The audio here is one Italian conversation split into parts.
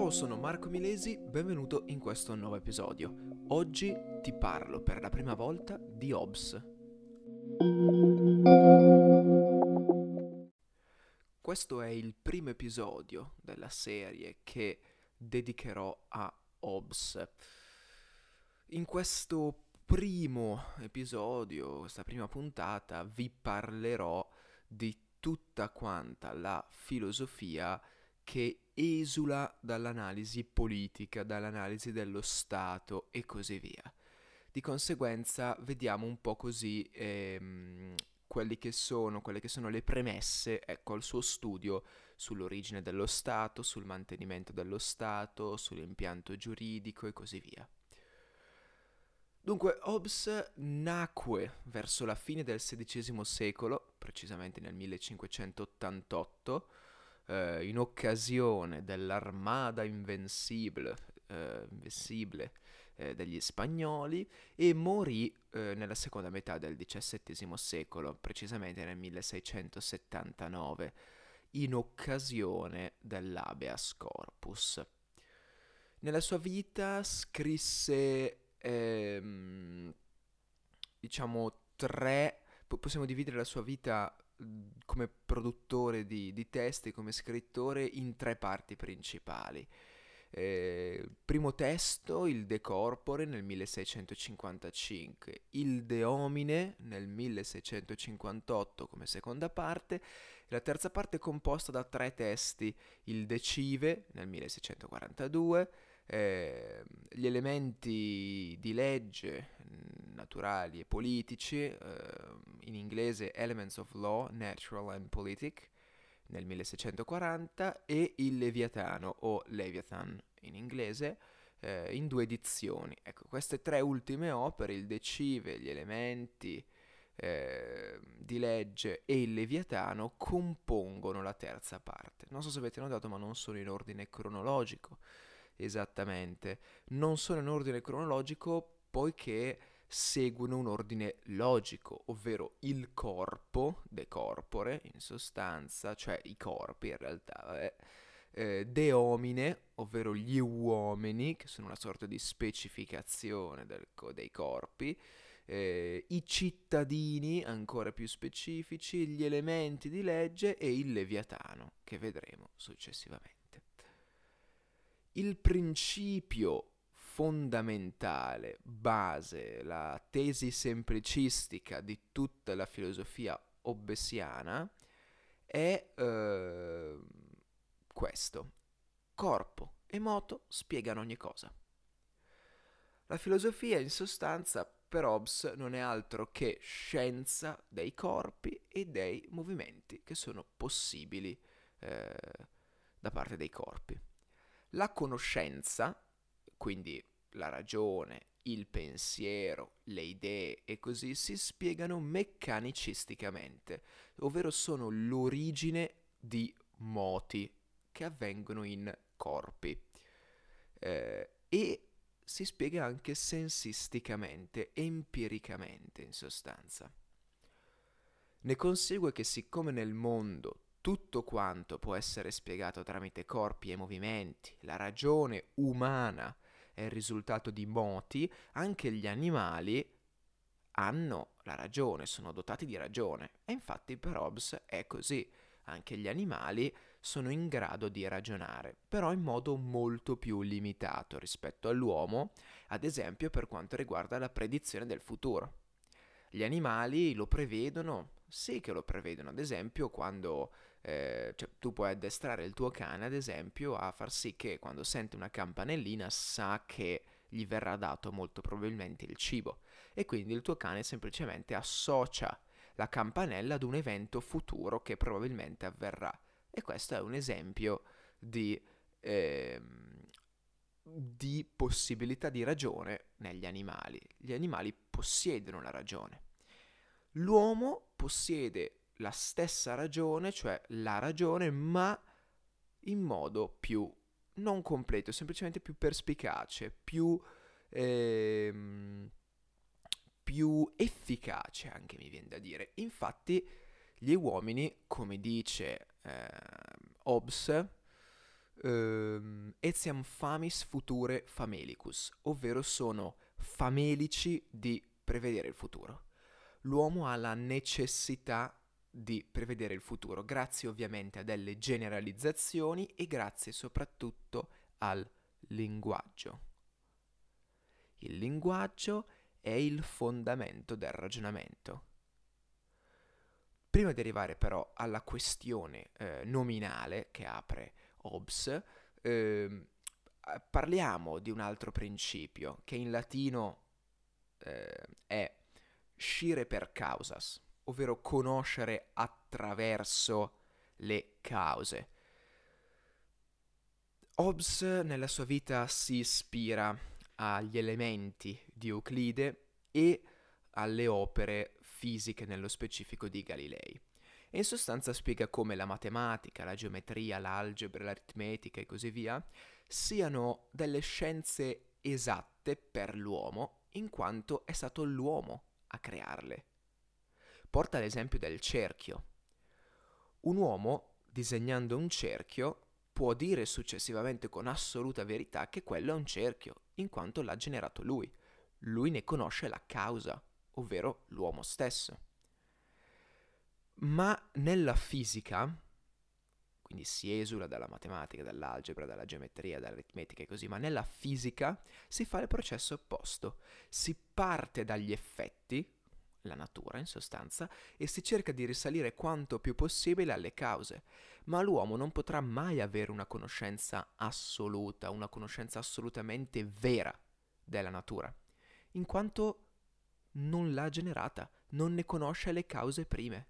Ciao, sono Marco Milesi, benvenuto in questo nuovo episodio. Oggi ti parlo per la prima volta di Hobbes. Questo è il primo episodio della serie che dedicherò a Hobbes. In questo primo episodio, questa prima puntata, vi parlerò di tutta quanta la filosofia che esula dall'analisi politica, dall'analisi dello Stato e così via. Di conseguenza vediamo un po' così quelle che sono le premesse, ecco, al suo studio sull'origine dello Stato, sul mantenimento dello Stato, sull'impianto giuridico e così via. Dunque, Hobbes nacque verso la fine del XVI secolo, precisamente nel 1588, in occasione dell'Armada Invincible degli spagnoli e morì nella seconda metà del XVII secolo, precisamente nel 1679, in occasione dell'habeas corpus. Nella sua vita scrisse possiamo dividere la sua vita come produttore di testi, come scrittore, in tre parti principali. Primo testo, il De Corpore nel 1655, il De Homine nel 1658 come seconda parte, e la terza parte è composta da tre testi, il De Cive nel 1642, gli elementi di legge naturali e politici, in inglese Elements of Law, Natural and Politic, nel 1640, e il Leviatano, o Leviathan in inglese, in due edizioni. Ecco, queste tre ultime opere, il De Cive, gli elementi di legge e il Leviatano, compongono la terza parte. Non so se avete notato, ma non sono in ordine cronologico. Esattamente, non sono in ordine cronologico poiché seguono un ordine logico, ovvero il corpo, de corpore in sostanza, cioè i corpi in realtà, de homine, ovvero gli uomini, che sono una sorta di specificazione dei corpi, i cittadini, ancora più specifici, gli elementi di legge e il Leviatano, che vedremo successivamente. Il principio fondamentale, base, la tesi semplicistica di tutta la filosofia hobbesiana è questo: corpo e moto spiegano ogni cosa. La filosofia, in sostanza, per Hobbes non è altro che scienza dei corpi e dei movimenti che sono possibili da parte dei corpi. La conoscenza, quindi la ragione, il pensiero, le idee e così, si spiegano meccanicisticamente, ovvero sono l'origine di moti che avvengono in corpi. E si spiega anche sensisticamente, empiricamente in sostanza. Ne consegue che siccome nel mondo tutto quanto può essere spiegato tramite corpi e movimenti, la ragione umana è il risultato di moti, anche gli animali hanno la ragione, sono dotati di ragione. E infatti per Hobbes è così. Anche gli animali sono in grado di ragionare, però in modo molto più limitato rispetto all'uomo, ad esempio per quanto riguarda la predizione del futuro. Gli animali lo prevedono, sì che lo prevedono, ad esempio quando tu puoi addestrare il tuo cane, ad esempio, a far sì che quando sente una campanellina sa che gli verrà dato molto probabilmente il cibo, e quindi il tuo cane semplicemente associa la campanella ad un evento futuro che probabilmente avverrà. E questo è un esempio di possibilità di ragione negli animali. Gli animali possiedono la ragione. L'uomo possiede la stessa ragione, cioè la ragione, ma in modo più non completo, semplicemente più perspicace, più efficace, anche mi viene da dire. Infatti gli uomini, come dice Hobbes, etiam famis future famelicus, ovvero sono famelici di prevedere il futuro. L'uomo ha la necessità di prevedere il futuro, grazie ovviamente a delle generalizzazioni e grazie soprattutto al linguaggio. Il linguaggio è il fondamento del ragionamento. Prima di arrivare però alla questione nominale che apre Hobbes, parliamo di un altro principio che in latino è scire per causas, ovvero conoscere attraverso le cause. Hobbes nella sua vita si ispira agli elementi di Euclide e alle opere fisiche nello specifico di Galilei. E in sostanza spiega come la matematica, la geometria, l'algebra, l'aritmetica e così via siano delle scienze esatte per l'uomo, in quanto è stato l'uomo a crearle. Porta l'esempio del cerchio. Un uomo, disegnando un cerchio, può dire successivamente con assoluta verità che quello è un cerchio, in quanto l'ha generato lui. Lui ne conosce la causa, ovvero l'uomo stesso. Ma nella fisica, quindi si esula dalla matematica, dall'algebra, dalla geometria, dall'aritmetica e così, ma nella fisica si fa il processo opposto. Si parte dagli effetti, la natura in sostanza, e si cerca di risalire quanto più possibile alle cause. Ma l'uomo non potrà mai avere una conoscenza assoluta, una conoscenza assolutamente vera della natura, in quanto non l'ha generata, non ne conosce le cause prime.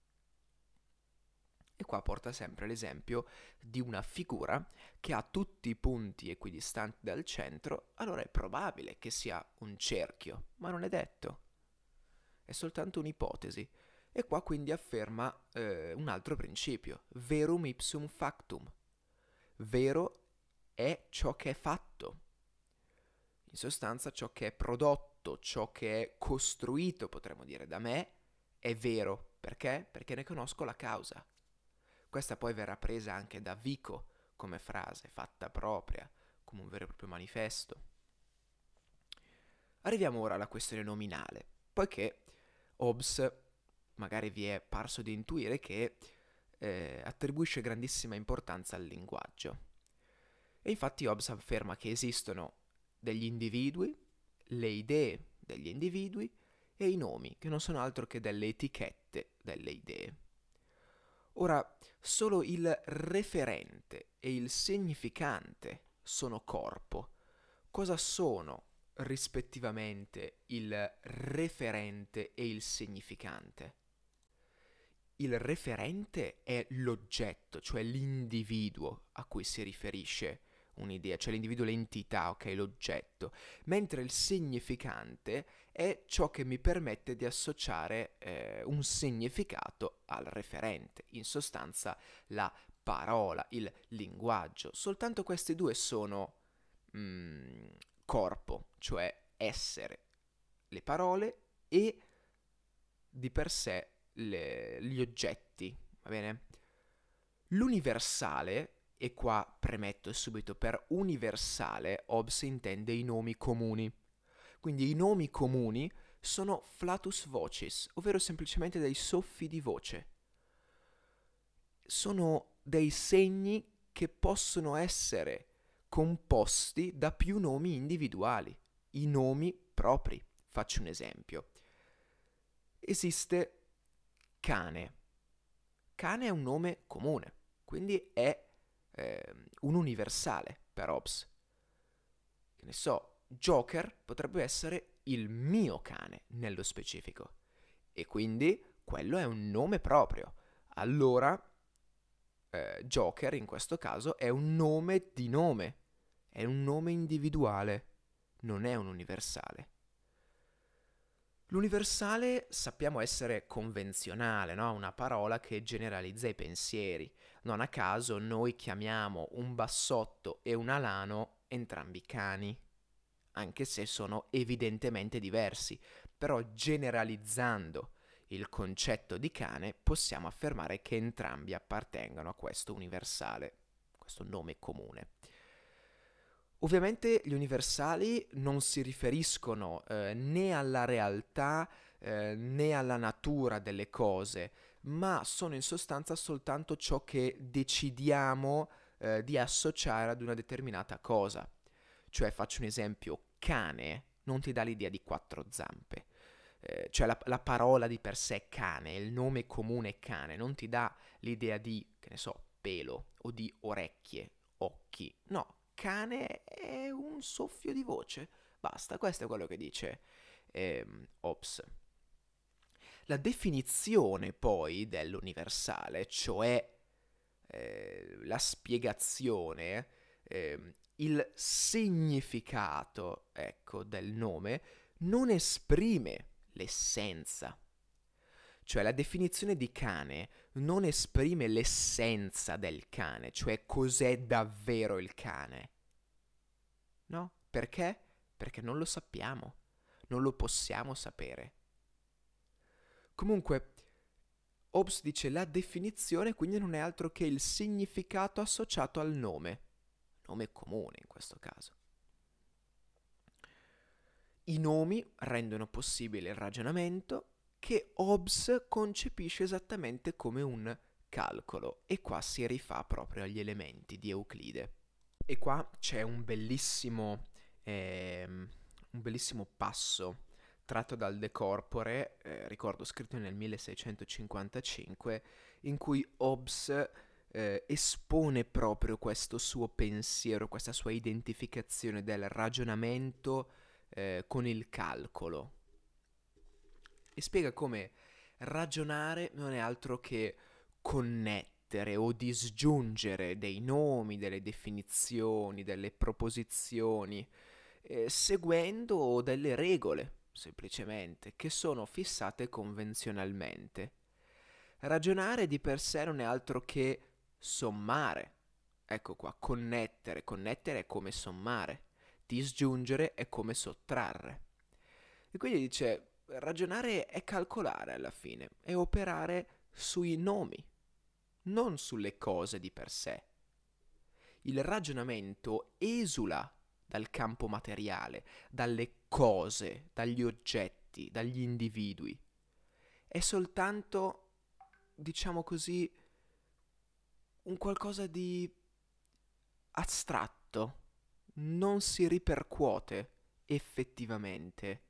E qua porta sempre l'esempio di una figura che ha tutti i punti equidistanti dal centro, allora è probabile che sia un cerchio, ma non è detto. È soltanto un'ipotesi. E qua quindi afferma un altro principio, verum ipsum factum. Vero è ciò che è fatto. In sostanza ciò che è prodotto, ciò che è costruito, potremmo dire, da me, è vero. Perché? Perché ne conosco la causa. Questa poi verrà presa anche da Vico come frase, fatta propria, come un vero e proprio manifesto. Arriviamo ora alla questione nominale, poiché Hobbes magari vi è parso di intuire che attribuisce grandissima importanza al linguaggio. E infatti Hobbes afferma che esistono degli individui, le idee degli individui e i nomi, che non sono altro che delle etichette delle idee. Ora, solo il referente e il significante sono corpo. Cosa sono rispettivamente il referente e il significante? Il referente è l'oggetto, cioè l'individuo a cui si riferisce un'idea, cioè l'individuo, l'entità, ok, l'oggetto, mentre il significante è ciò che mi permette di associare un significato al referente, in sostanza la parola, il linguaggio. Soltanto questi due sono corpo, cioè essere, le parole e di per sé gli oggetti, va bene? L'universale, e qua premetto subito, per universale Hobbes intende i nomi comuni. Quindi i nomi comuni sono flatus vocis, ovvero semplicemente dei soffi di voce. Sono dei segni che possono essere composti da più nomi individuali, i nomi propri. Faccio un esempio. Esiste cane. Cane è un nome comune, quindi è un universale per Hobbes. Che ne so, Joker potrebbe essere il mio cane nello specifico e quindi quello è un nome proprio. Allora Joker in questo caso è un nome di nome, è un nome individuale, non è un universale. L'universale sappiamo essere convenzionale, no? Una parola che generalizza i pensieri. Non a caso noi chiamiamo un bassotto e un alano entrambi cani, anche se sono evidentemente diversi. Però generalizzando il concetto di cane possiamo affermare che entrambi appartengono a questo universale questo nome comune. Ovviamente gli universali non si riferiscono né alla realtà né alla natura delle cose, ma sono in sostanza soltanto ciò che decidiamo di associare ad una determinata cosa. Cioè, faccio un esempio, cane non ti dà l'idea di quattro zampe. Cioè la parola di per sé cane, il nome comune cane, non ti dà l'idea di, che ne so, pelo o di orecchie, occhi. No, cane è un soffio di voce. Basta, questo è quello che dice Hobbes. La definizione poi dell'universale, cioè la spiegazione, il significato, ecco, del nome, non esprime l'essenza. Cioè la definizione di cane non esprime l'essenza del cane, cioè cos'è davvero il cane. No? Perché? Perché non lo sappiamo, non lo possiamo sapere. Comunque, Hobbes dice la definizione quindi non è altro che il significato associato al nome comune in questo caso. I nomi rendono possibile il ragionamento che Hobbes concepisce esattamente come un calcolo e qua si rifà proprio agli elementi di Euclide. E qua c'è un bellissimo passo tratto dal De Corpore, ricordo scritto nel 1655, in cui Hobbes espone proprio questo suo pensiero, questa sua identificazione del ragionamento con il calcolo. E spiega come ragionare non è altro che connettere o disgiungere dei nomi, delle definizioni, delle proposizioni, seguendo delle regole, semplicemente, che sono fissate convenzionalmente. Ragionare di per sé non è altro che sommare. Ecco qua, connettere. Connettere è come sommare. Disgiungere è come sottrarre. E quindi dice, ragionare è calcolare alla fine, è operare sui nomi, non sulle cose di per sé. Il ragionamento esula dal campo materiale, dalle cose, dagli oggetti, dagli individui. È soltanto, diciamo così, un qualcosa di astratto, non si ripercuote effettivamente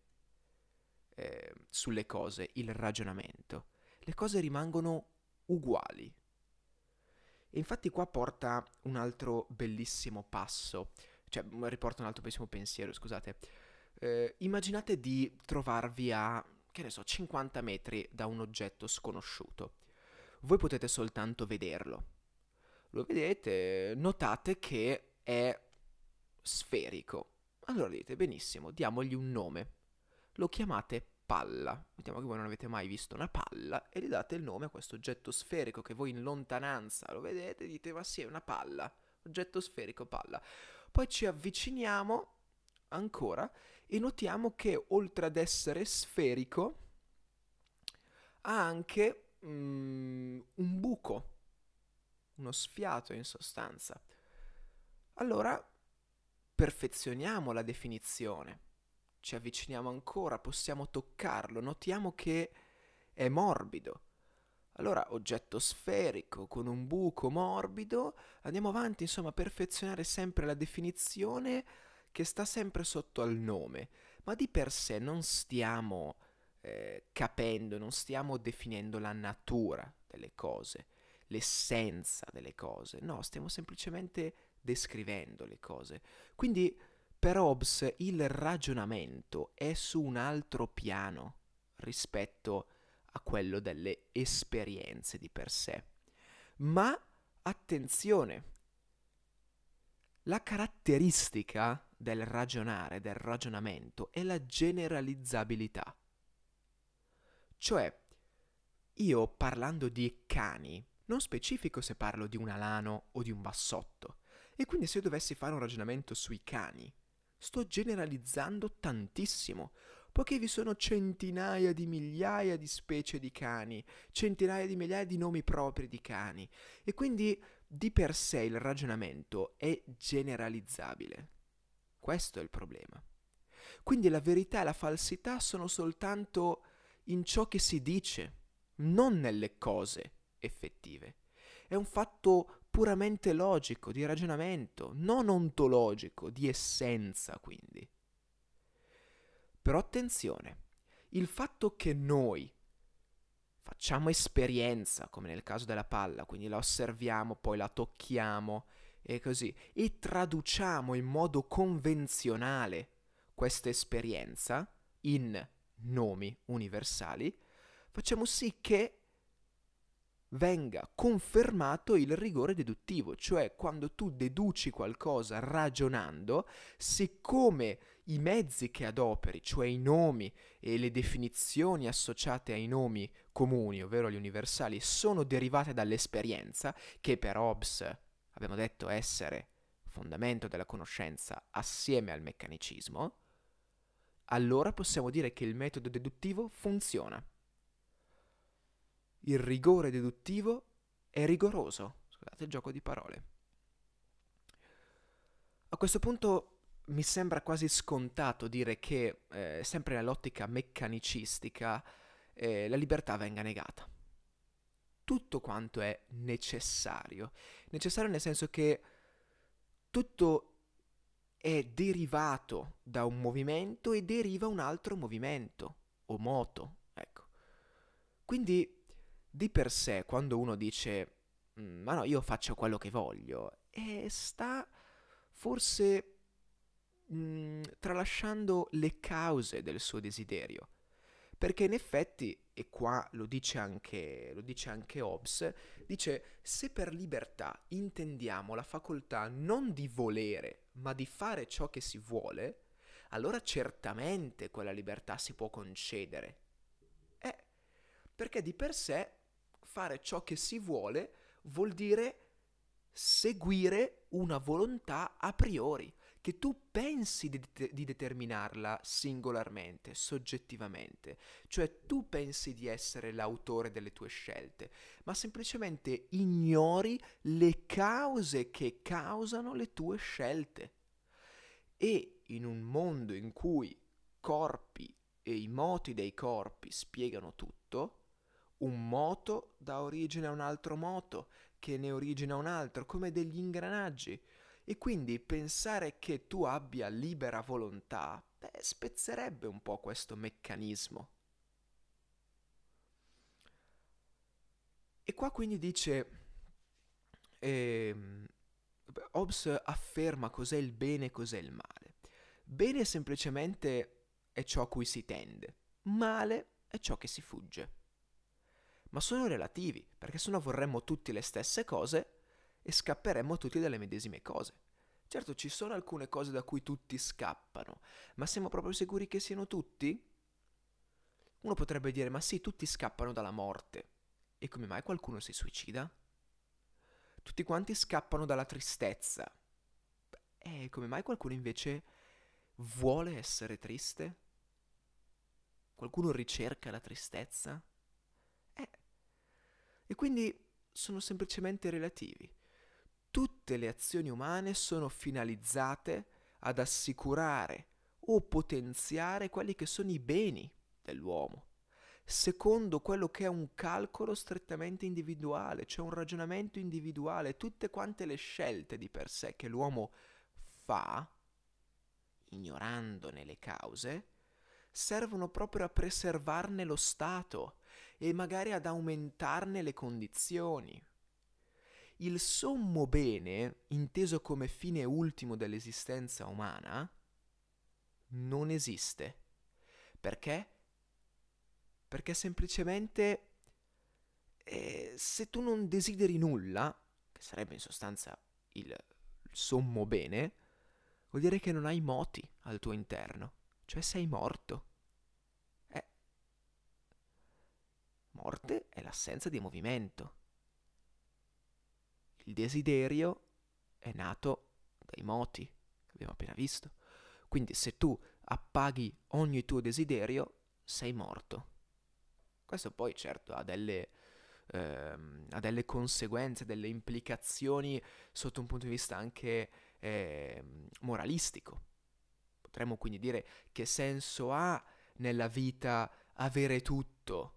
sulle cose, il ragionamento. Le cose rimangono uguali. E infatti qua porta un altro bellissimo passo, cioè riporta un altro bellissimo pensiero, scusate. Immaginate di trovarvi a, che ne so, 50 metri da un oggetto sconosciuto. Voi potete soltanto vederlo. Lo vedete, notate che è sferico. Allora dite, benissimo, diamogli un nome. Lo chiamate palla. Mettiamo che voi non avete mai visto una palla e gli date il nome a questo oggetto sferico che voi in lontananza lo vedete e dite, ma sì, è una palla. Oggetto sferico, palla. Poi ci avviciniamo ancora e notiamo che oltre ad essere sferico ha anche un buco, uno sfiato in sostanza. Allora perfezioniamo la definizione, ci avviciniamo ancora, possiamo toccarlo, notiamo che è morbido. Allora, oggetto sferico con un buco morbido, andiamo avanti, insomma, a perfezionare sempre la definizione che sta sempre sotto al nome, ma di per sé non stiamo capendo, non stiamo definendo la natura delle cose, l'essenza delle cose, no, stiamo semplicemente descrivendo le cose. Quindi per Hobbes il ragionamento è su un altro piano rispetto a quello delle esperienze di per sé. Ma attenzione, la caratteristica del ragionare, del ragionamento, è la generalizzabilità. Cioè, io parlando di cani, non specifico se parlo di un alano o di un bassotto. E quindi se io dovessi fare un ragionamento sui cani, sto generalizzando tantissimo. poiché vi sono centinaia di migliaia di specie di cani, centinaia di migliaia di nomi propri di cani, e quindi di per sé il ragionamento è generalizzabile. Questo è il problema. Quindi la verità e la falsità sono soltanto in ciò che si dice, non nelle cose effettive. È un fatto puramente logico, di ragionamento, non ontologico, di essenza quindi. Però attenzione, il fatto che noi facciamo esperienza, come nel caso della palla, quindi la osserviamo, poi la tocchiamo e così, e traduciamo in modo convenzionale questa esperienza in nomi universali, facciamo sì che venga confermato il rigore deduttivo, cioè quando tu deduci qualcosa ragionando, siccome i mezzi che adoperi, cioè i nomi e le definizioni associate ai nomi comuni, ovvero gli universali, sono derivate dall'esperienza, che per Hobbes abbiamo detto essere fondamento della conoscenza assieme al meccanicismo, allora possiamo dire che il metodo deduttivo funziona. Il rigore deduttivo è rigoroso. Scusate il gioco di parole. A questo punto mi sembra quasi scontato dire che, sempre nell'ottica meccanicistica, la libertà venga negata. Tutto quanto è necessario. Necessario nel senso che tutto è derivato da un movimento e deriva un altro movimento, o moto, ecco. Quindi di per sé, quando uno dice ma no, io faccio quello che voglio, sta forse tralasciando le cause del suo desiderio. Perché in effetti, e qua lo dice anche Hobbes, dice se per libertà intendiamo la facoltà non di volere, ma di fare ciò che si vuole, allora certamente quella libertà si può concedere. Perché di per sé fare ciò che si vuol dire seguire una volontà a priori, che tu pensi di determinarla singolarmente, soggettivamente, cioè tu pensi di essere l'autore delle tue scelte, ma semplicemente ignori le cause che causano le tue scelte. E in un mondo in cui corpi e i moti dei corpi spiegano tutto, un moto dà origine a un altro moto, che ne origina un altro, come degli ingranaggi. E quindi pensare che tu abbia libera volontà, spezzerebbe un po' questo meccanismo. E qua quindi dice, ehm, Hobbes afferma cos'è il bene e cos'è il male. Bene semplicemente è ciò a cui si tende, male è ciò che si fugge. Ma sono relativi, perché sennò vorremmo tutti le stesse cose e scapperemmo tutti dalle medesime cose. Certo, ci sono alcune cose da cui tutti scappano, ma siamo proprio sicuri che siano tutti? Uno potrebbe dire, ma sì, tutti scappano dalla morte. E come mai qualcuno si suicida? Tutti quanti scappano dalla tristezza. E come mai qualcuno invece vuole essere triste? Qualcuno ricerca la tristezza? E quindi sono semplicemente relativi. Tutte le azioni umane sono finalizzate ad assicurare o potenziare quelli che sono i beni dell'uomo, secondo quello che è un calcolo strettamente individuale, cioè un ragionamento individuale. Tutte quante le scelte di per sé che l'uomo fa, ignorandone le cause, servono proprio a preservarne lo stato e magari ad aumentarne le condizioni. Il sommo bene, inteso come fine ultimo dell'esistenza umana, non esiste. Perché? Perché semplicemente se tu non desideri nulla, che sarebbe in sostanza il sommo bene, vuol dire che non hai moti al tuo interno, cioè sei morto. Eh, Morte è l'assenza di movimento. Il desiderio è nato dai moti, che abbiamo appena visto. Quindi se tu appaghi ogni tuo desiderio, sei morto. Questo poi certo ha delle conseguenze, delle implicazioni sotto un punto di vista anche moralistico. Potremmo quindi dire che senso ha nella vita avere tutto?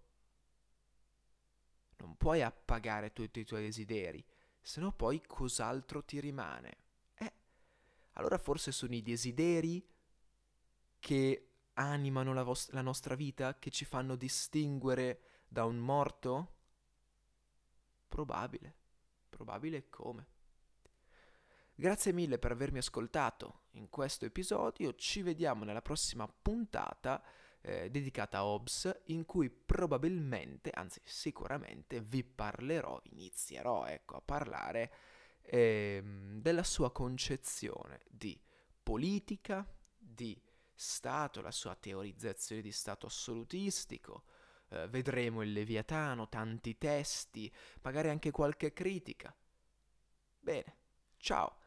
Non puoi appagare tutti i tuoi desideri, se no poi cos'altro ti rimane? Allora forse sono i desideri che animano la nostra vita, che ci fanno distinguere da un morto? Probabile, probabile come. Grazie mille per avermi ascoltato in questo episodio, ci vediamo nella prossima puntata dedicata a Hobbes, in cui probabilmente, anzi sicuramente, inizierò ecco, a parlare della sua concezione di politica, di Stato, la sua teorizzazione di Stato assolutistico. Vedremo il Leviatano, tanti testi, magari anche qualche critica. Bene, ciao!